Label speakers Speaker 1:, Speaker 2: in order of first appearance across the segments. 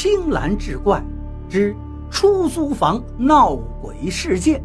Speaker 1: 青蓝志怪之出租房闹鬼事件。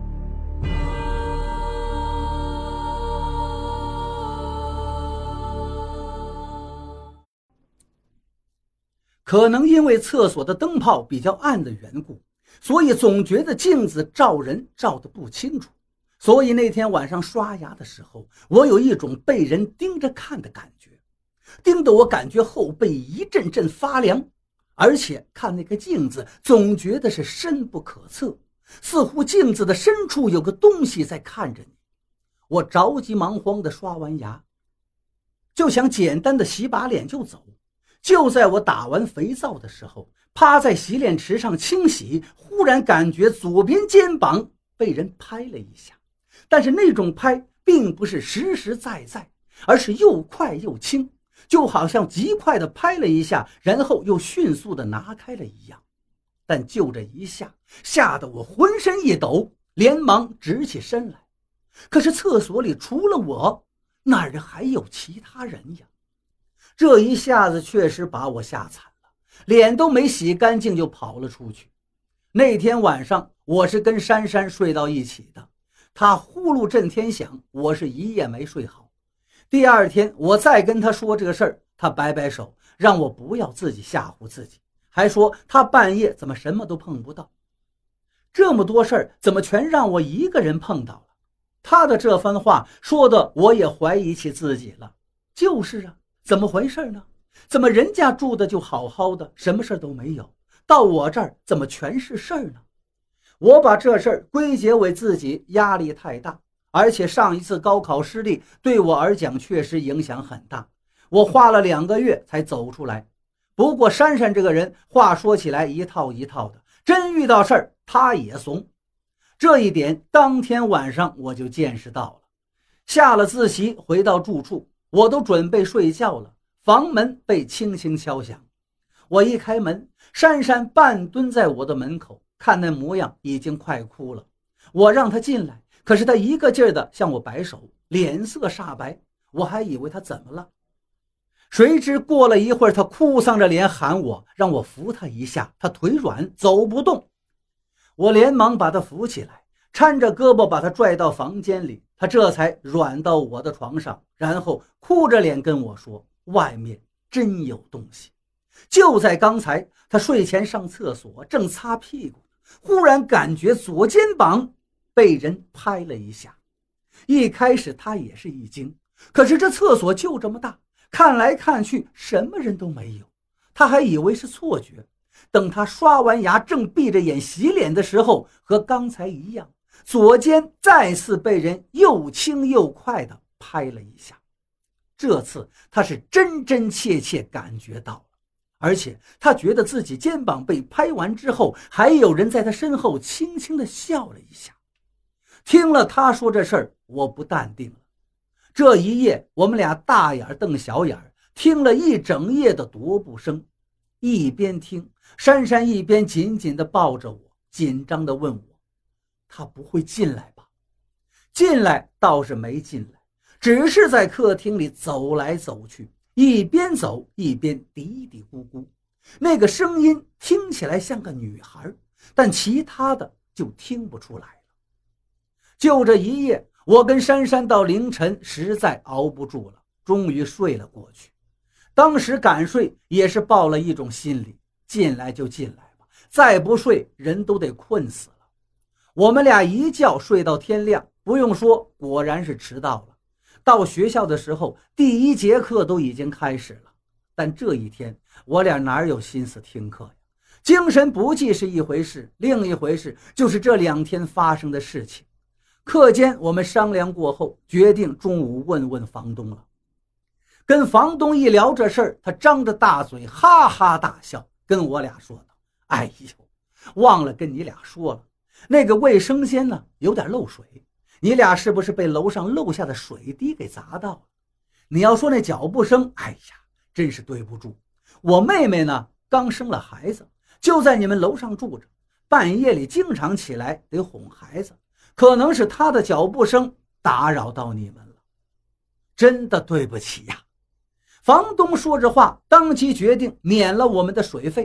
Speaker 1: 可能因为厕所的灯泡比较暗的缘故，所以总觉得镜子照人照得不清楚。所以那天晚上刷牙的时候，我有一种被人盯着看的感觉，盯得我感觉后背一阵阵发凉，而且看那个镜子总觉得是深不可测，似乎镜子的深处有个东西在看着你。我着急忙慌地刷完牙，就想简单的洗把脸就走。就在我打完肥皂的时候，趴在洗脸池上清洗，忽然感觉左边肩膀被人拍了一下，但是那种拍并不是实实在在，而是又快又轻，就好像极快地拍了一下，然后又迅速地拿开了一样。但就这一下，吓得我浑身一抖，连忙直起身来。可是厕所里除了我，哪儿还有其他人呀？这一下子确实把我吓惨了，脸都没洗干净就跑了出去。那天晚上我是跟珊珊睡到一起的，她呼噜震天响，我是一夜没睡好。第二天我再跟她说这个事儿，她摆摆手，让我不要自己吓唬自己，还说她半夜怎么什么都碰不到。这么多事儿怎么全让我一个人碰到了？她的这番话说的我也怀疑起自己了。就是啊，怎么回事呢？怎么人家住的就好好的，什么事都没有，到我这儿怎么全是事儿呢？我把这事儿归结为自己压力太大，而且上一次高考失利对我而讲确实影响很大，我花了2个月才走出来。不过珊珊这个人话说起来一套一套的，真遇到事儿她也怂。这一点当天晚上我就见识到了。下了自习回到住处，我都准备睡觉了，房门被轻轻敲响。我一开门，珊珊半蹲在我的门口，看那模样已经快哭了。我让她进来，可是她一个劲儿地向我摆手，脸色煞白，我还以为她怎么了。谁知过了一会儿，她哭丧着脸喊我，让我扶她一下，她腿软走不动。我连忙把她扶起来，搀着胳膊把她拽到房间里，她这才软到我的床上，然后哭着脸跟我说，外面真有东西。就在刚才，她睡前上厕所正擦屁股，忽然感觉左肩膀被人拍了一下。一开始她也是一惊，可是这厕所就这么大，看来看去什么人都没有，她还以为是错觉。等她刷完牙正闭着眼洗脸的时候，和刚才一样，左肩再次被人又轻又快地拍了一下。这次她是真真切切感觉到了，而且她觉得自己肩膀被拍完之后，还有人在她身后轻轻地笑了一下。听了她说这事儿，我不淡定了。这一夜我们俩大眼瞪小眼，听了一整夜的踱步声。一边听，珊珊一边紧紧地抱着我，紧张地问我，他不会进来吧？进来倒是没进来，只是在客厅里走来走去，一边走一边嘀嘀咕咕，那个声音听起来像个女孩，但其他的就听不出来了。就这一夜，我跟珊珊到凌晨实在熬不住了，终于睡了过去。当时敢睡也是抱了一种心理，进来就进来吧，再不睡人都得困死了。我们俩一觉睡到天亮，不用说，果然是迟到了。到学校的时候，第1节课都已经开始了，但这一天我俩哪有心思听课呀？精神不济是一回事，另一回事就是这2天发生的事情。课间我们商量过后，决定中午问问房东了。跟房东一聊这事儿，他张着大嘴哈哈大笑，跟我俩说道，哎呦，忘了跟你俩说了，那个卫生间呢有点漏水，你俩是不是被楼上漏下的水滴给砸到了？你要说那脚步声，哎呀，真是对不住，我妹妹呢刚生了孩子，就在你们楼上住着，半夜里经常起来得哄孩子，可能是她的脚步声打扰到你们了，真的对不起呀。房东说着话，当即决定免了我们的水费，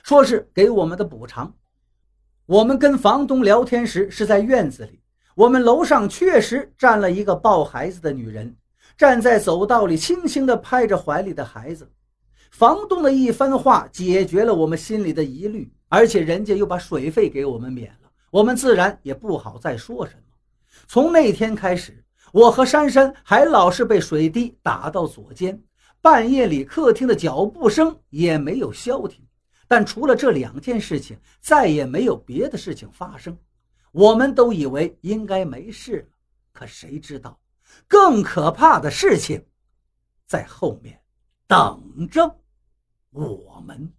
Speaker 1: 说是给我们的补偿。我们跟房东聊天时是在院子里，我们楼上确实站了一个抱孩子的女人，站在走道里轻轻地拍着怀里的孩子。房东的一番话解决了我们心里的疑虑，而且人家又把水费给我们免了，我们自然也不好再说什么。从那天开始，我和珊珊还老是被水滴打到左肩，半夜里客厅的脚步声也没有消停。但除了这2件事情，再也没有别的事情发生。我们都以为应该没事了，可谁知道更可怕的事情在后面等着我们。